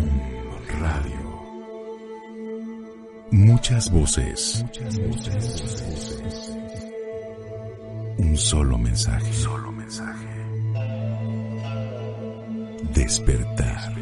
Radio. Muchas voces. Un solo mensaje. Despertar.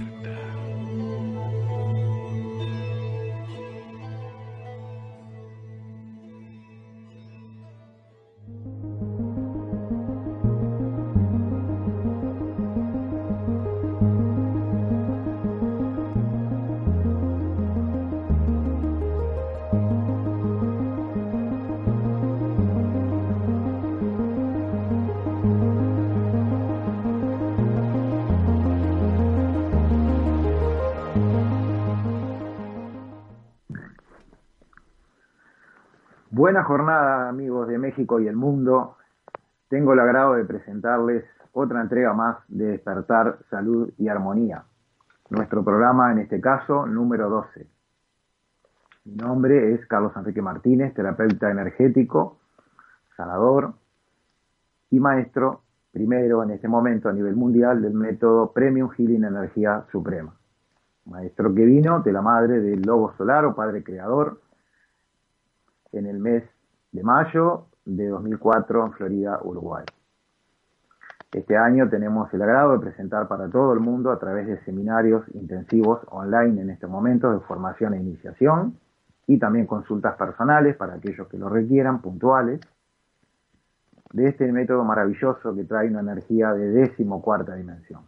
Buena jornada, amigos de México y el mundo. Tengo el agrado de presentarles otra entrega más de Despertar, Salud y Armonía. Nuestro programa, en este caso, número 12. Mi nombre es Carlos Enrique Martínez, terapeuta energético, sanador y maestro, primero en este momento a nivel mundial, del método Premium Healing Energía Suprema. Maestro que vino de la madre del Logo Solar o Padre Creador, en el mes de mayo de 2004 en Florida, Uruguay. Este año tenemos el agrado de presentar para todo el mundo a través de seminarios intensivos online en este momento de formación e iniciación y también consultas personales para aquellos que lo requieran, puntuales, de este método maravilloso que trae una energía de 14ª dimensión.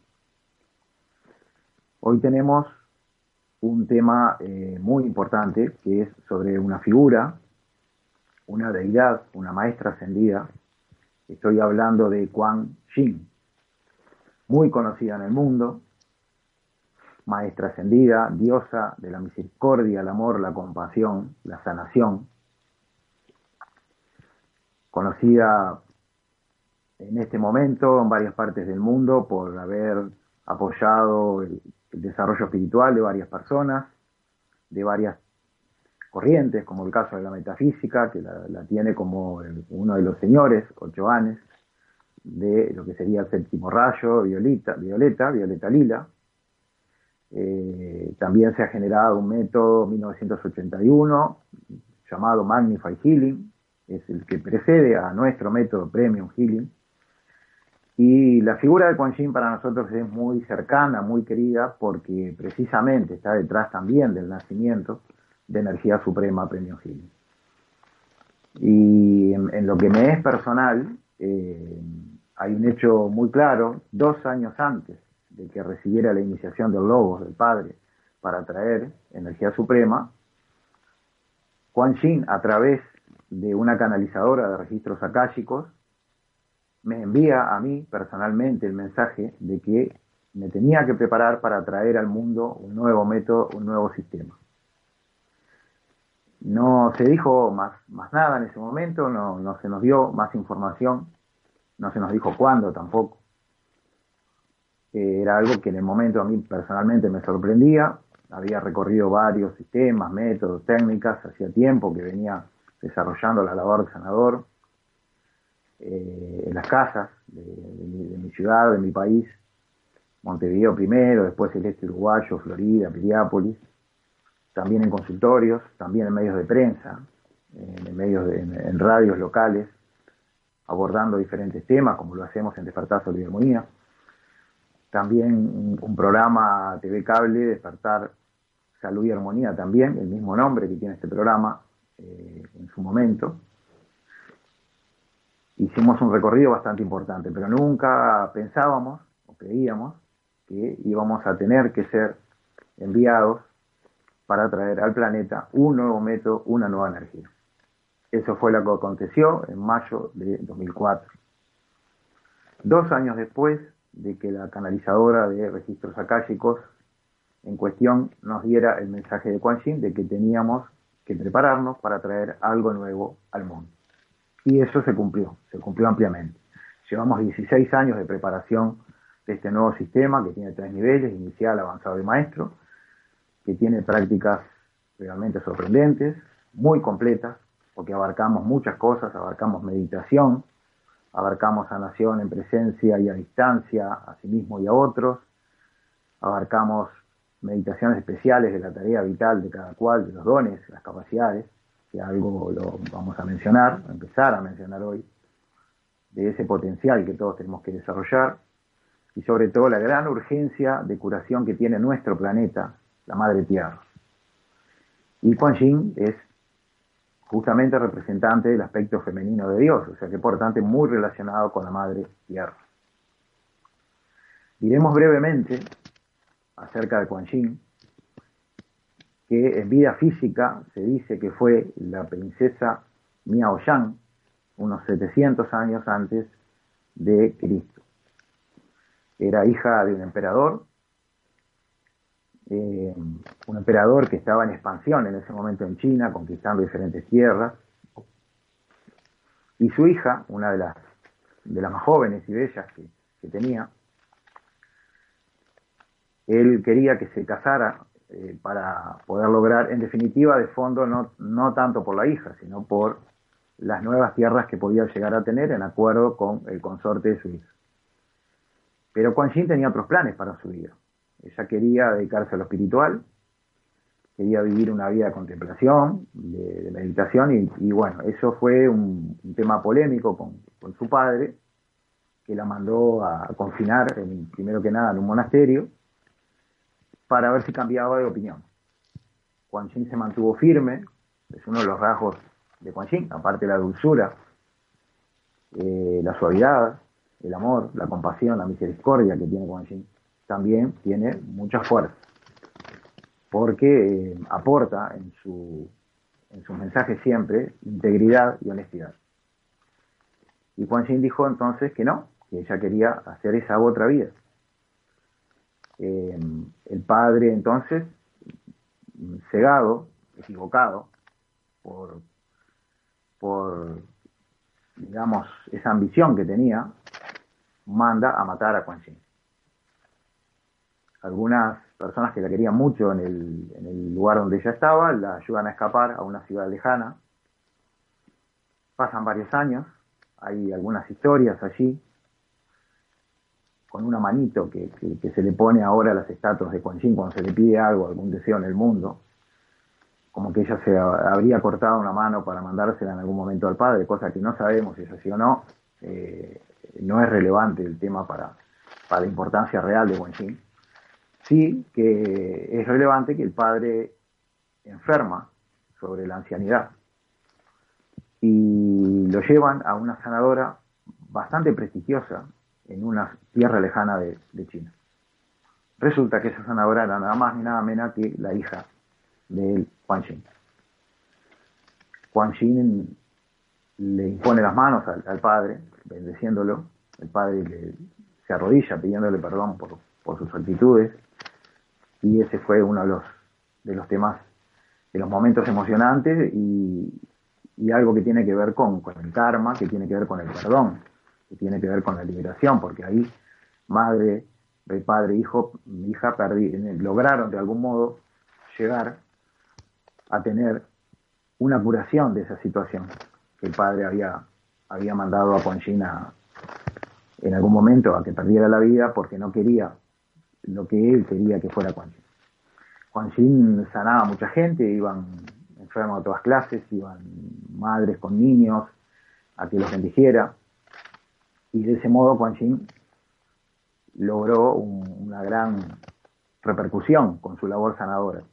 Hoy tenemos un tema muy importante que es sobre una figura, una deidad, una maestra ascendida. Estoy hablando de Kuan Yin, muy conocida en el mundo, maestra ascendida, diosa de la misericordia, el amor, la compasión, la sanación, conocida en este momento en varias partes del mundo por haber apoyado el desarrollo espiritual de varias personas, de varias corrientes, como el caso de la metafísica, que la tiene como uno de los señores, o choanes, de lo que sería el séptimo rayo, violeta lila. También se ha generado un método 1981 llamado Magnify Healing, es el que precede a nuestro método Premium Healing. Y la figura de Kuan Yin para nosotros es muy cercana, muy querida, porque precisamente está detrás también del nacimiento de energía suprema Premium Healing. Y en lo que me es personal, hay un hecho muy claro. 2 años antes de que recibiera la iniciación del Logos, del Padre, para traer energía suprema, Kuan Yin, a través de una canalizadora de registros akáshicos, me envía a mí personalmente el mensaje de que me tenía que preparar para traer al mundo un nuevo método, un nuevo sistema. No se dijo más nada en ese momento, no se nos dio más información, no se nos dijo cuándo tampoco. Era algo que en el momento a mí personalmente me sorprendía. Había recorrido varios sistemas, métodos, técnicas, hacía tiempo que venía desarrollando la labor de sanador en las casas de mi ciudad, de mi país, Montevideo primero, después el este uruguayo, Florida, Piriápolis, también en consultorios, también en medios de prensa, en radios locales, abordando diferentes temas, como lo hacemos en Despertar, Salud y Armonía. También un programa TV Cable, Despertar, Salud y Armonía, también, el mismo nombre que tiene este programa en su momento. Hicimos un recorrido bastante importante, pero nunca pensábamos o creíamos que íbamos a tener que ser enviados para traer al planeta un nuevo método, una nueva energía. Eso fue lo que aconteció en mayo de 2004. 2 años después de que la canalizadora de registros akáshicos en cuestión nos diera el mensaje de Kuan Yin de que teníamos que prepararnos para traer algo nuevo al mundo. Y eso se cumplió ampliamente. Llevamos 16 años de preparación de este nuevo sistema que tiene 3 niveles, inicial, avanzado y maestro, que tiene prácticas realmente sorprendentes, muy completas, porque abarcamos muchas cosas, abarcamos meditación, abarcamos sanación en presencia y a distancia, a sí mismo y a otros, abarcamos meditaciones especiales de la tarea vital de cada cual, de los dones, las capacidades, que algo lo vamos a mencionar, a empezar a mencionar hoy, de ese potencial que todos tenemos que desarrollar, y sobre todo la gran urgencia de curación que tiene nuestro planeta, la Madre Tierra. Y Kuan Yin es justamente representante del aspecto femenino de Dios, o sea que por tanto muy relacionado con la Madre Tierra. Diremos brevemente acerca de Kuan Yin, que en vida física se dice que fue la princesa Miao Yang, unos 700 años antes de Cristo. Era hija de un emperador que estaba en expansión en ese momento en China, conquistando diferentes tierras, y su hija, una de las más jóvenes y bellas que tenía, él quería que se casara para poder lograr, en definitiva, de fondo, no tanto por la hija, sino por las nuevas tierras que podía llegar a tener en acuerdo con el consorte de su hija. Pero Kuan Yin tenía otros planes para su vida. Ella quería dedicarse a lo espiritual, quería vivir una vida de contemplación, de meditación, y bueno, eso fue un tema polémico con su padre, que la mandó a confinar, primero que nada, en un monasterio, para ver si cambiaba de opinión. Kuan Yin se mantuvo firme, es uno de los rasgos de Kuan Yin, aparte de la dulzura, la suavidad, el amor, la compasión, la misericordia que tiene Kuan Yin, también tiene mucha fuerza, porque aporta en sus mensajes siempre integridad y honestidad. Y Kuan Yin dijo entonces que no, que ella quería hacer esa otra vida. El padre entonces, cegado, equivocado, por digamos, esa ambición que tenía, manda a matar a Kuan Yin. Algunas personas que la querían mucho en el lugar donde ella estaba, la ayudan a escapar a una ciudad lejana. Pasan varios años, hay algunas historias allí, con una manito que se le pone ahora a las estatuas de Kuan Yin cuando se le pide algo, algún deseo en el mundo, como que ella se habría cortado una mano para mandársela en algún momento al padre, cosa que no sabemos si es así o no. No es relevante el tema para la importancia real de Kuan Yin. Sí que es relevante que el padre enferma sobre la ancianidad y lo llevan a una sanadora bastante prestigiosa en una tierra lejana de China. Resulta que esa sanadora era nada más ni nada menos que la hija de Kuan Yin. Kuan Yin le impone las manos al padre, bendeciéndolo. El padre se arrodilla pidiéndole perdón por sus actitudes, y ese fue uno de los temas, de los momentos emocionantes, y algo que tiene que ver con el karma, que tiene que ver con el perdón, que tiene que ver con la liberación, porque ahí madre, padre, hijo, hija lograron de algún modo llegar a tener una curación de esa situación que el padre había mandado a Kuan Yin en algún momento a que perdiera la vida porque no quería lo que él quería que fuera Kuan Yin. Kuan Yin sanaba a mucha gente, iban enfermos de todas clases, iban madres con niños a que los bendijera, y de ese modo Kuan Yin logró una gran repercusión con su labor sanadora.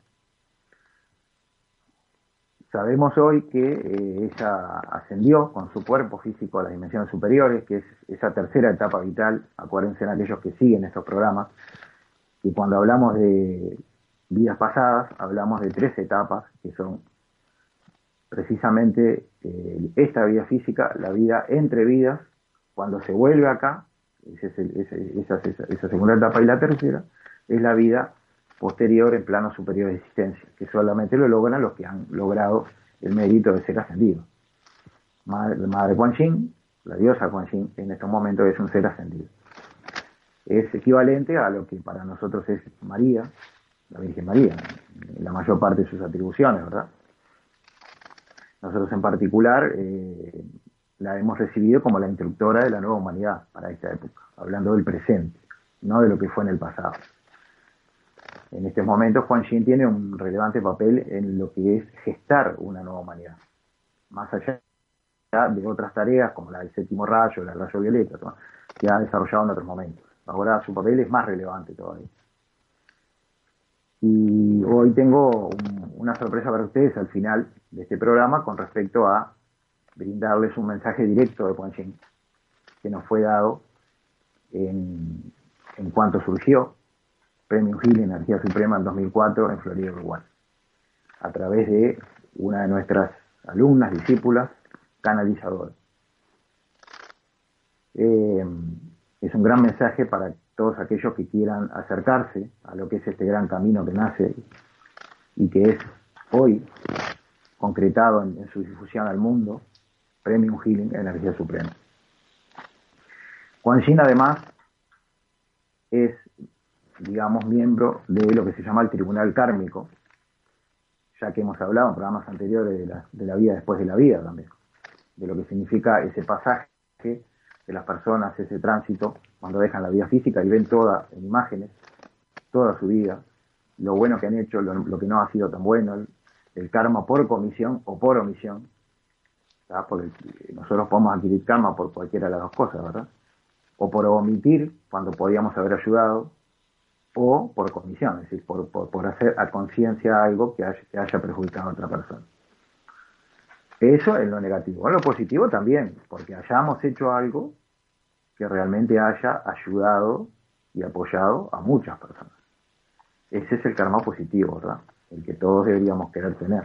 Sabemos hoy que ella ascendió con su cuerpo físico a las dimensiones superiores, que es esa tercera etapa vital. Acuérdense en aquellos que siguen estos programas, que cuando hablamos de vidas pasadas, hablamos de 3 etapas, que son precisamente esta vida física, la vida entre vidas, cuando se vuelve acá, esa segunda etapa, y la tercera es la vida posterior en planos superiores de existencia, que solamente lo logran los que han logrado el mérito de ser ascendido. Madre Kuan Yin, la diosa Kuan Yin, en estos momentos es un ser ascendido. Es equivalente a lo que para nosotros es María, la Virgen María, en la mayor parte de sus atribuciones, ¿verdad? Nosotros en particular la hemos recibido como la instructora de la nueva humanidad para esta época, hablando del presente, no de lo que fue en el pasado. En estos momentos, Quan Yin tiene un relevante papel en lo que es gestar una nueva humanidad, más allá de otras tareas como la del séptimo rayo, el rayo violeta, ¿no?, que ha desarrollado en otros momentos. Ahora su papel es más relevante todavía. Y hoy tengo una sorpresa para ustedes al final de este programa con respecto a brindarles un mensaje directo de Quan Yin que nos fue dado en cuanto surgió Premio Healing Energía Suprema en 2004 en Florida, Uruguay, a través de una de nuestras alumnas, discípulas, canalizadoras. Es un gran mensaje para todos aquellos que quieran acercarse a lo que es este gran camino que nace y que es hoy concretado en su difusión al mundo, Premium Healing Energía Suprema. Quan Yin además es, digamos, miembro de lo que se llama el Tribunal Kármico, ya que hemos hablado en programas anteriores de la vida después de la vida también, de lo que significa ese pasaje de las personas, ese tránsito, cuando dejan la vida física y ven toda en imágenes, toda su vida, lo bueno que han hecho, lo que no ha sido tan bueno, el karma por comisión o por omisión, ¿verdad? Porque nosotros podemos adquirir karma por cualquiera de las dos cosas, ¿verdad? O por omitir cuando podíamos haber ayudado, o por comisión, es decir, por hacer a conciencia algo que haya perjudicado a otra persona. Eso es lo negativo. En lo positivo también, porque hayamos hecho algo que realmente haya ayudado y apoyado a muchas personas. Ese es el karma positivo, ¿verdad? El que todos deberíamos querer tener.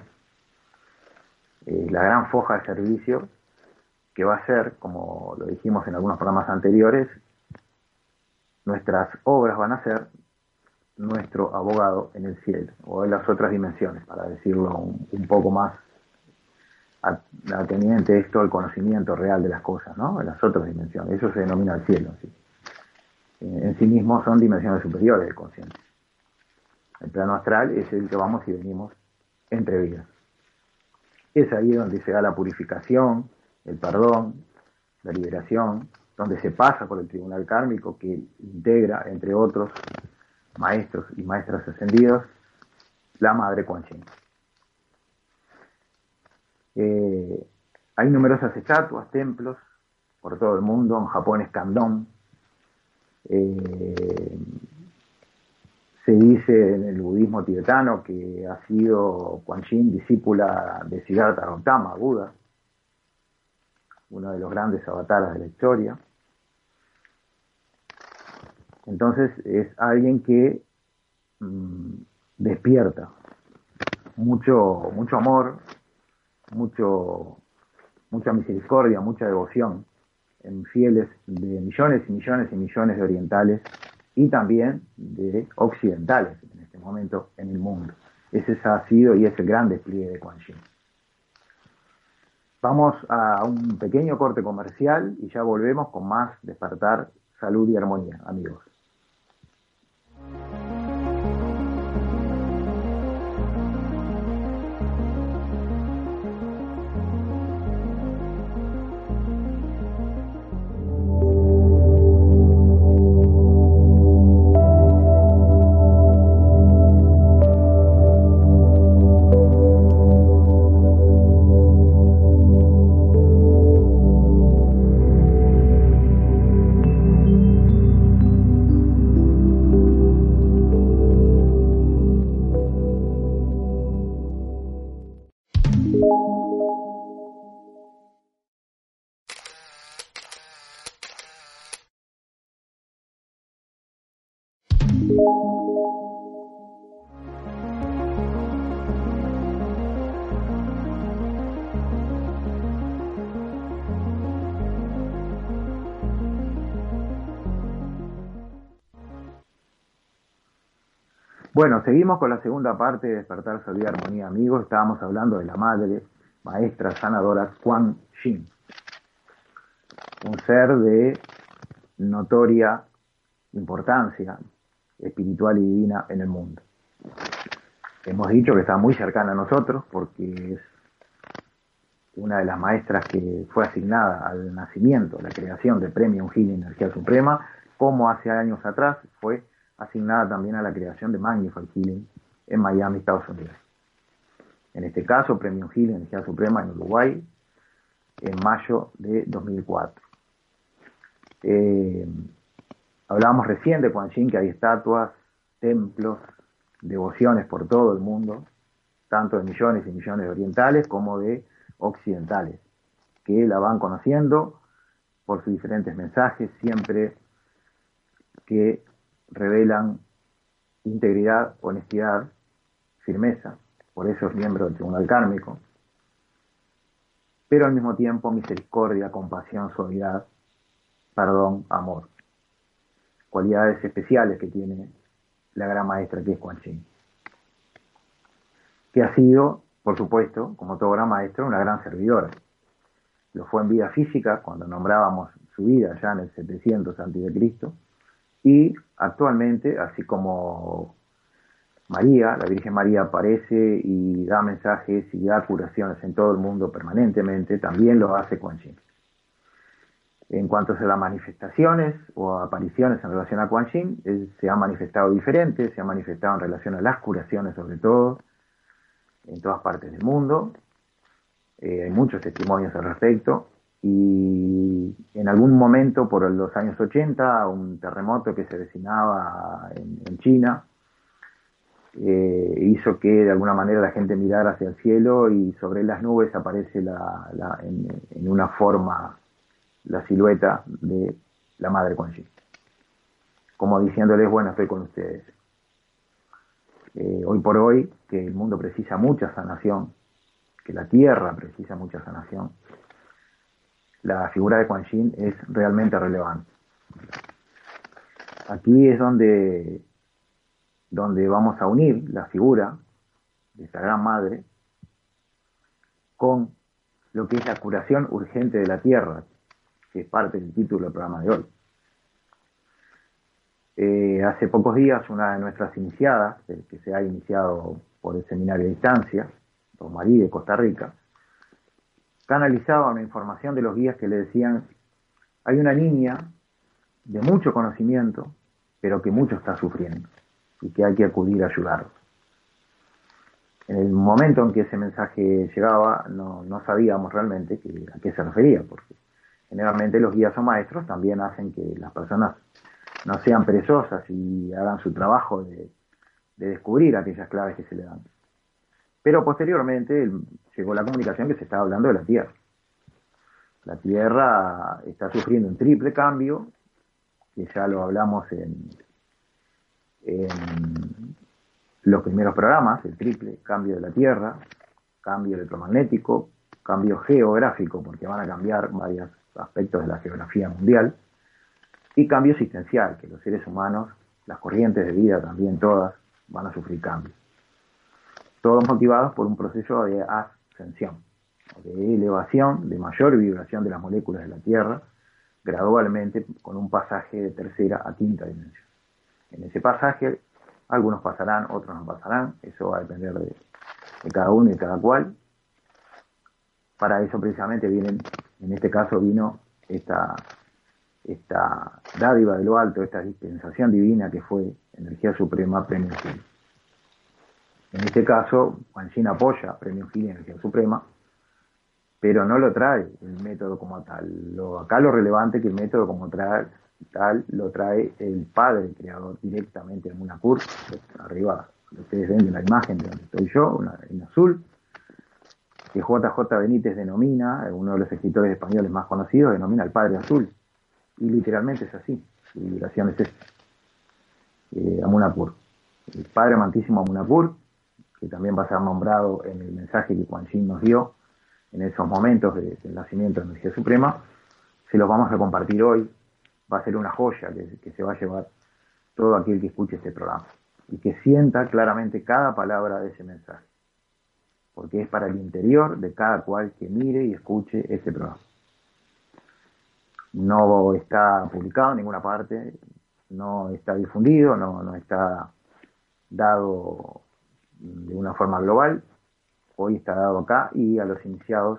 La gran foja de servicio que va a ser, como lo dijimos en algunos programas anteriores, nuestras obras van a ser nuestro abogado en el cielo, o en las otras dimensiones, para decirlo un poco más ateniente esto al conocimiento real de las cosas, ¿no? En las otras dimensiones. Eso se denomina el cielo, ¿sí? En sí mismo son dimensiones superiores del consciente. El plano astral es el que vamos y venimos entre vidas. Es ahí donde se da la purificación, el perdón, la liberación, donde se pasa por el tribunal kármico que integra, entre otros maestros y maestras ascendidos, la Madre Quan Yin. Hay numerosas estatuas, templos por todo el mundo. En Japón es Kandon. Se dice en el budismo tibetano que ha sido Quan Yin discípula de Siddhartha Gautama, Buda, uno de los grandes avatares de la historia. Entonces es alguien que despierta mucho amor, mucha misericordia, mucha devoción en fieles de millones y millones y millones de orientales y también de occidentales en este momento en el mundo. Ese ha sido y es el gran despliegue de Quan Yin. Vamos a un pequeño corte comercial y ya volvemos con más Despertar, Salud y Armonía, amigos. Bueno, seguimos con la segunda parte de Despertar, Salud y Armonía, amigos. Estábamos hablando de la madre, maestra, sanadora, Quan Yin. Un ser de notoria importancia espiritual y divina en el mundo. Hemos dicho que está muy cercana a nosotros porque es una de las maestras que fue asignada al nacimiento, la creación de Premium Healing Energía Suprema, como hace años atrás fue asignada también a la creación de Magnify Healing en Miami, Estados Unidos. En este caso, Premio Healing, Energía Suprema en Uruguay, en mayo de 2004. Hablábamos recién de Quan Yin, que hay estatuas, templos, devociones por todo el mundo, tanto de millones y millones de orientales como de occidentales, que la van conociendo por sus diferentes mensajes, siempre que revelan integridad, honestidad, firmeza. Por eso es miembro del Tribunal Kármico, pero al mismo tiempo misericordia, compasión, suavidad, perdón, amor. Cualidades especiales que tiene la gran maestra que es Quan Yin, que ha sido, por supuesto, como todo gran maestro, una gran servidora. Lo fue en vida física, cuando nombrábamos su vida ya en el 700 a.C., y actualmente, así como María, la Virgen María, aparece y da mensajes y da curaciones en todo el mundo permanentemente, también lo hace Quan Yin. En cuanto a las manifestaciones o apariciones en relación a Quan Yin, se ha manifestado diferente, se ha manifestado en relación a las curaciones sobre todo, en todas partes del mundo. Hay muchos testimonios al respecto, y en algún momento por los años 80, un terremoto que se avecinaba en China hizo que de alguna manera la gente mirara hacia el cielo, y sobre las nubes aparece en una forma la silueta de la Madre Quan Yin, como diciéndoles, bueno, estoy con ustedes. Hoy por hoy, que el mundo precisa mucha sanación, que la tierra precisa mucha sanación, la figura de Quan Yin es realmente relevante. Aquí es donde vamos a unir la figura de esta gran madre con lo que es la curación urgente de la tierra, que es parte del título del programa de hoy. Hace pocos días, una de nuestras iniciadas, que se ha iniciado por el seminario a distancia, don Marí de Costa Rica, canalizaba una información de los guías que le decían: hay una niña de mucho conocimiento, pero que mucho está sufriendo, y que hay que acudir a ayudarlo. En el momento en que ese mensaje llegaba, no sabíamos realmente a qué se refería, porque generalmente los guías o maestros también hacen que las personas no sean perezosas y hagan su trabajo de descubrir aquellas claves que se le dan. Pero posteriormente llegó la comunicación que se estaba hablando de la Tierra. La Tierra está sufriendo un triple cambio, que ya lo hablamos en los primeros programas: el triple cambio de la Tierra, cambio electromagnético, cambio geográfico, porque van a cambiar varios aspectos de la geografía mundial, y cambio existencial, que los seres humanos, las corrientes de vida también todas, van a sufrir cambios. Todos motivados por un proceso de ascensión, de elevación, de mayor vibración de las moléculas de la Tierra, gradualmente con un pasaje de tercera a quinta dimensión. En ese pasaje, algunos pasarán, otros no pasarán, eso va a depender de cada uno y cada cual. Para eso precisamente en este caso vino esta dádiva de lo alto, esta dispensación divina que fue Energía Suprema Premio Healing. En este caso, Quan Yin apoya Premio Healing Energía Suprema, pero no lo trae el método como tal. Acá lo relevante es que el método como tal lo trae el padre creador directamente en una curva. Arriba ustedes ven la imagen de donde estoy yo, en azul, que JJ Benítez denomina, uno de los escritores españoles más conocidos, denomina al Padre Azul. Y literalmente es así, su vibración es esta. Amunapur. El Padre Amantísimo Amunapur, que también va a ser nombrado en el mensaje que Quan Yin nos dio en esos momentos del nacimiento de Energía Suprema, se los vamos a compartir hoy. Va a ser una joya que se va a llevar todo aquel que escuche este programa y que sienta claramente cada palabra de ese mensaje, porque es para el interior de cada cual que mire y escuche este programa. No está publicado en ninguna parte, no está difundido, no está dado de una forma global. Hoy está dado acá, y a los iniciados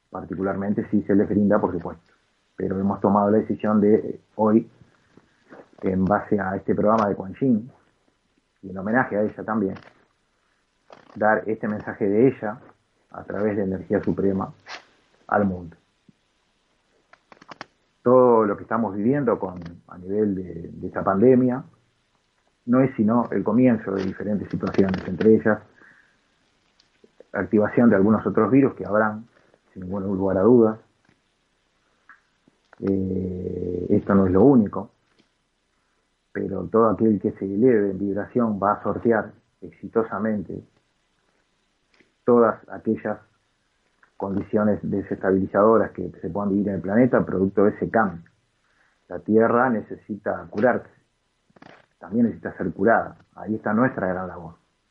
particularmente sí se les brinda, por supuesto. Pero hemos tomado la decisión de hoy en base a este programa de Quan Yin, y en homenaje a ella también, dar este mensaje de ella a través de energía suprema al mundo. Todo lo que estamos viviendo a nivel de esta pandemia no es sino el comienzo de diferentes situaciones, entre ellas activación de algunos otros virus que habrán, sin ningún lugar a dudas. Esto no es lo único, pero todo aquel que se eleve en vibración va a sortear exitosamente todas aquellas condiciones desestabilizadoras que se puedan vivir en el planeta producto de ese cambio. La Tierra necesita curarse, también necesita ser curada. Ahí está nuestra gran labor.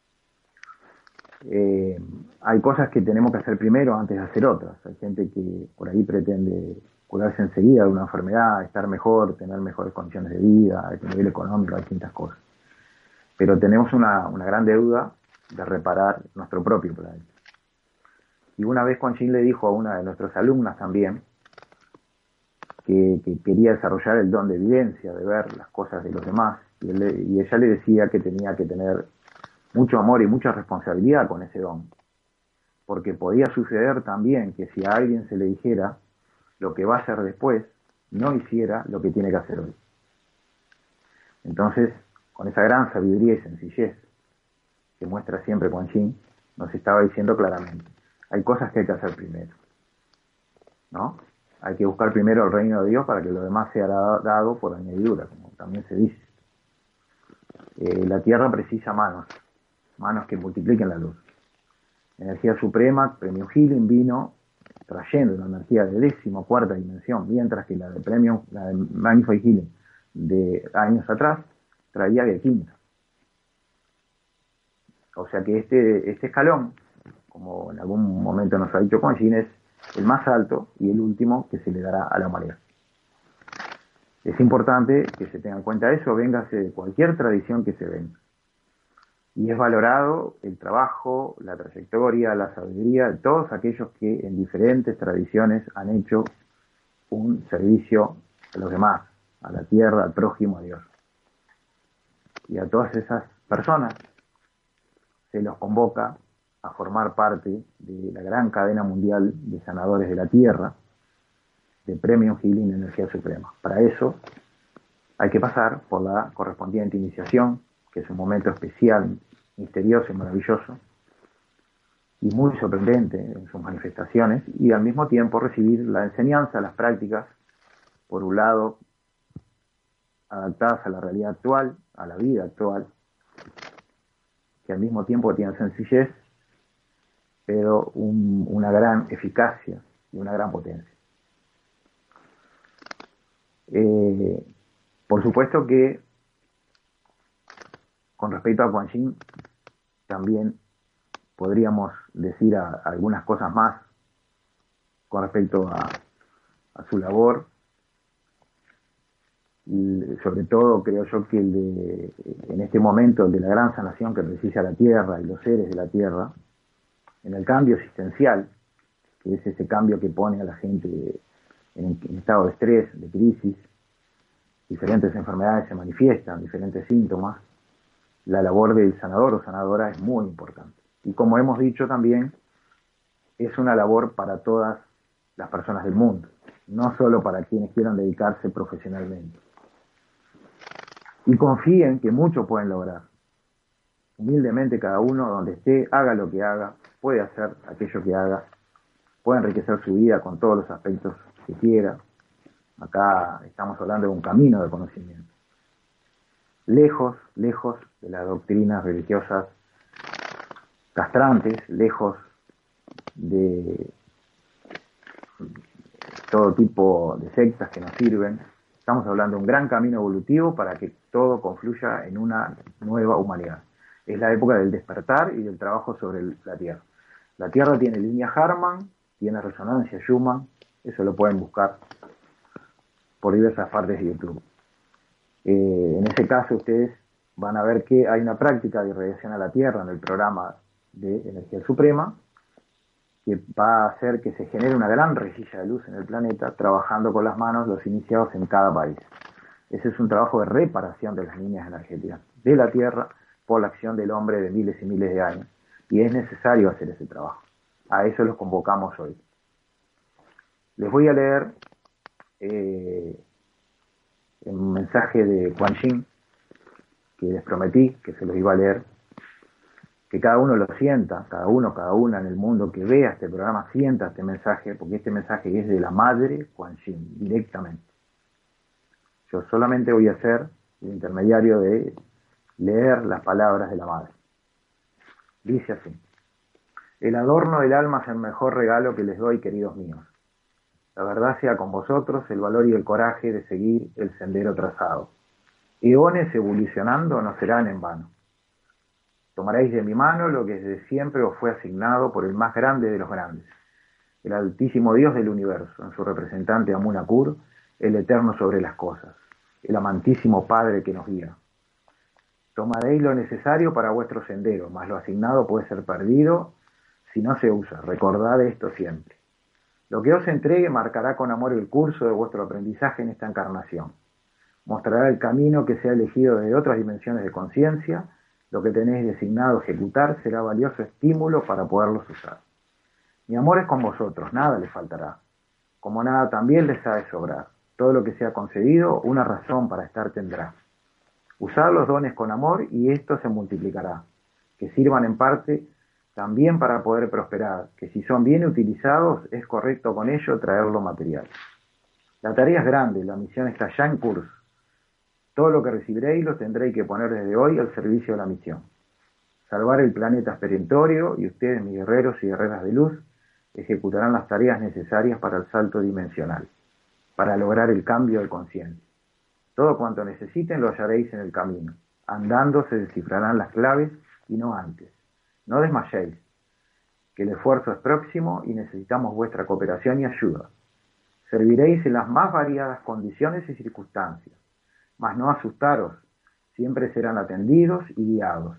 Hay cosas que tenemos que hacer primero antes de hacer otras. Hay gente que por ahí pretende curarse enseguida de una enfermedad, estar mejor, tener mejores condiciones de vida, a nivel económico, distintas cosas. Pero tenemos una gran deuda de reparar nuestro propio planeta. Y una vez Quan Yin le dijo a una de nuestras alumnas también que quería desarrollar el don de evidencia, de ver las cosas de los demás, y ella le decía que tenía que tener mucho amor y mucha responsabilidad con ese don, porque podía suceder también que si a alguien se le dijera lo que va a hacer después, no hiciera lo que tiene que hacer hoy. Entonces, con esa gran sabiduría y sencillez que muestra siempre Quan Yin, nos estaba diciendo claramente, hay cosas que hay que hacer primero, ¿no? Hay que buscar primero el reino de Dios para que lo demás sea dado por añadidura, como también se dice. La Tierra precisa manos que multipliquen la luz. Energía suprema, Premium Healing vino trayendo una energía de 14ª dimensión, mientras que la de Magnify Healing de años atrás traía de 15ª. O sea que este escalón, como en algún momento nos ha dicho Quan Yin, es el más alto y el último que se le dará a la humanidad. Es importante que se tenga en cuenta eso, véngase de cualquier tradición que se venga. Y es valorado el trabajo, la trayectoria, la sabiduría de todos aquellos que en diferentes tradiciones han hecho un servicio a los demás, a la tierra, al prójimo, a Dios. Y a todas esas personas se los convoca a formar parte de la gran cadena mundial de sanadores de la tierra, de Premium Healing Energía Suprema. Para eso hay que pasar por la correspondiente iniciación, que es un momento especial, misterioso y maravilloso, y muy sorprendente en sus manifestaciones, y al mismo tiempo recibir la enseñanza, las prácticas, por un lado, adaptadas a la realidad actual, a la vida actual, que al mismo tiempo tienen sencillez, pero una gran eficacia y una gran potencia. Por supuesto que con respecto a Quan Yin también podríamos decir algunas cosas más con respecto a su labor, y sobre todo creo yo que en este momento el de la gran sanación que precisa la Tierra y los seres de la Tierra, en el cambio existencial, que es ese cambio que pone a la gente en estado de estrés, de crisis, diferentes enfermedades se manifiestan, diferentes síntomas, la labor del sanador o sanadora es muy importante. Y como hemos dicho también, es una labor para todas las personas del mundo, no solo para quienes quieran dedicarse profesionalmente. Y confíen que mucho pueden lograr. Humildemente cada uno, donde esté, haga lo que haga, puede hacer aquello que haga, puede enriquecer su vida con todos los aspectos que quiera. Acá estamos hablando de un camino de conocimiento. Lejos de las doctrinas religiosas castrantes, lejos de todo tipo de sectas que nos sirven. Estamos hablando de un gran camino evolutivo para que todo confluya en una nueva humanidad. Es la época del despertar y del trabajo sobre la Tierra. La Tierra tiene línea Harman, tiene resonancia Schumann, eso lo pueden buscar por diversas partes de YouTube. En ese caso ustedes van a ver que hay una práctica de irradiación a la Tierra en el programa de Energía Suprema, que va a hacer que se genere una gran rejilla de luz en el planeta, trabajando con las manos los iniciados en cada país. Ese es un trabajo de reparación de las líneas energéticas de la Tierra por la acción del hombre de miles y miles de años. Y es necesario hacer ese trabajo. A eso los convocamos hoy. Les voy a leer un mensaje de Quan Yin, que les prometí que se los iba a leer, que cada uno lo sienta, cada una en el mundo que vea este programa sienta este mensaje, porque este mensaje es de la madre Quan Yin, directamente. Yo solamente voy a ser el intermediario de leer las palabras de la madre. Dice así: el adorno del alma es el mejor regalo que les doy, queridos míos. La verdad sea con vosotros el valor y el coraje de seguir el sendero trazado. Eones evolucionando no serán en vano. Tomaréis de mi mano lo que desde siempre os fue asignado por el más grande de los grandes, el altísimo Dios del universo, en su representante Amun-Akur, el eterno sobre las cosas, el amantísimo Padre que nos guía. Tomaréis lo necesario para vuestro sendero, mas lo asignado puede ser perdido si no se usa. Recordad esto siempre. Lo que os entregue marcará con amor el curso de vuestro aprendizaje en esta encarnación. Mostrará el camino que se ha elegido desde otras dimensiones de conciencia. Lo que tenéis designado ejecutar será valioso estímulo para poderlos usar. Mi amor es con vosotros, nada les faltará. Como nada también les ha de sobrar. Todo lo que sea concedido, una razón para estar tendrá. Usad los dones con amor y esto se multiplicará. Que sirvan en parte también para poder prosperar, que si son bien utilizados, es correcto con ello traer lo material. La tarea es grande, la misión está ya en curso. Todo lo que recibiréis lo tendréis que poner desde hoy al servicio de la misión. Salvar el planeta es perentorio y ustedes, mis guerreros y guerreras de luz, ejecutarán las tareas necesarias para el salto dimensional, para lograr el cambio de conciencia. Todo cuanto necesiten lo hallaréis en el camino. Andando se descifrarán las claves y no antes. No desmayéis, que el esfuerzo es próximo y necesitamos vuestra cooperación y ayuda. Serviréis en las más variadas condiciones y circunstancias, mas no asustaros, siempre serán atendidos y guiados.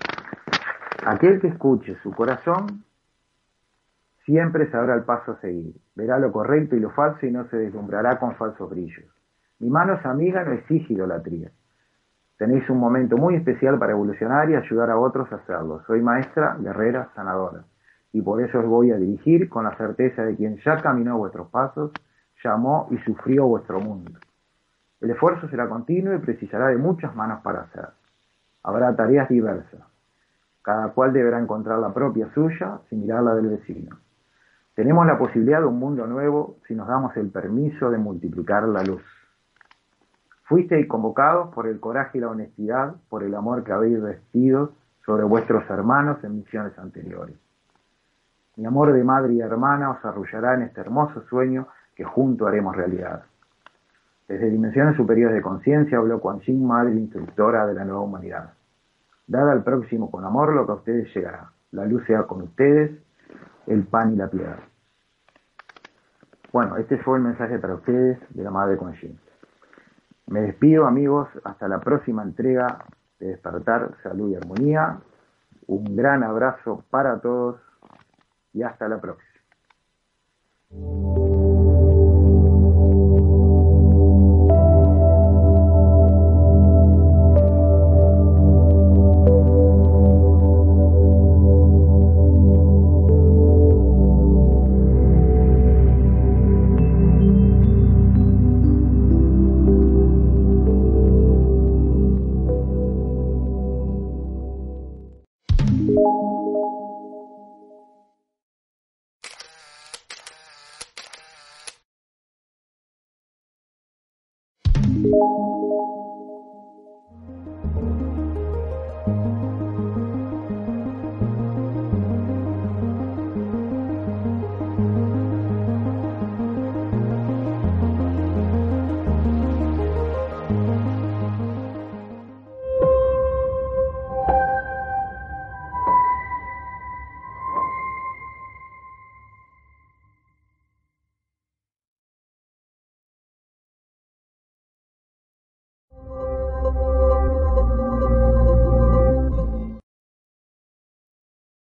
Aquel que escuche su corazón siempre sabrá el paso a seguir, verá lo correcto y lo falso y no se deslumbrará con falsos brillos. Mi mano es amiga, no exige idolatría. Tenéis un momento muy especial para evolucionar y ayudar a otros a hacerlo. Soy maestra, guerrera, sanadora. Y por eso os voy a dirigir con la certeza de quien ya caminó vuestros pasos, llamó y sufrió vuestro mundo. El esfuerzo será continuo y precisará de muchas manos para hacer. Habrá tareas diversas. Cada cual deberá encontrar la propia suya sin mirar la del vecino. Tenemos la posibilidad de un mundo nuevo si nos damos el permiso de multiplicar la luz. Fuisteis convocados por el coraje y la honestidad, por el amor que habéis vestido sobre vuestros hermanos en misiones anteriores. Mi amor de madre y hermana os arrullará en este hermoso sueño que juntos haremos realidad. Desde dimensiones superiores de conciencia habló Quan Yin, madre instructora de la nueva humanidad. Dad al próximo con amor lo que a ustedes llegará. La luz sea con ustedes, el pan y la piedra. Bueno, este fue el mensaje para ustedes de la madre Quan Yin. Me despido, amigos, hasta la próxima entrega de Despertar, Salud y Armonía. Un gran abrazo para todos y hasta la próxima.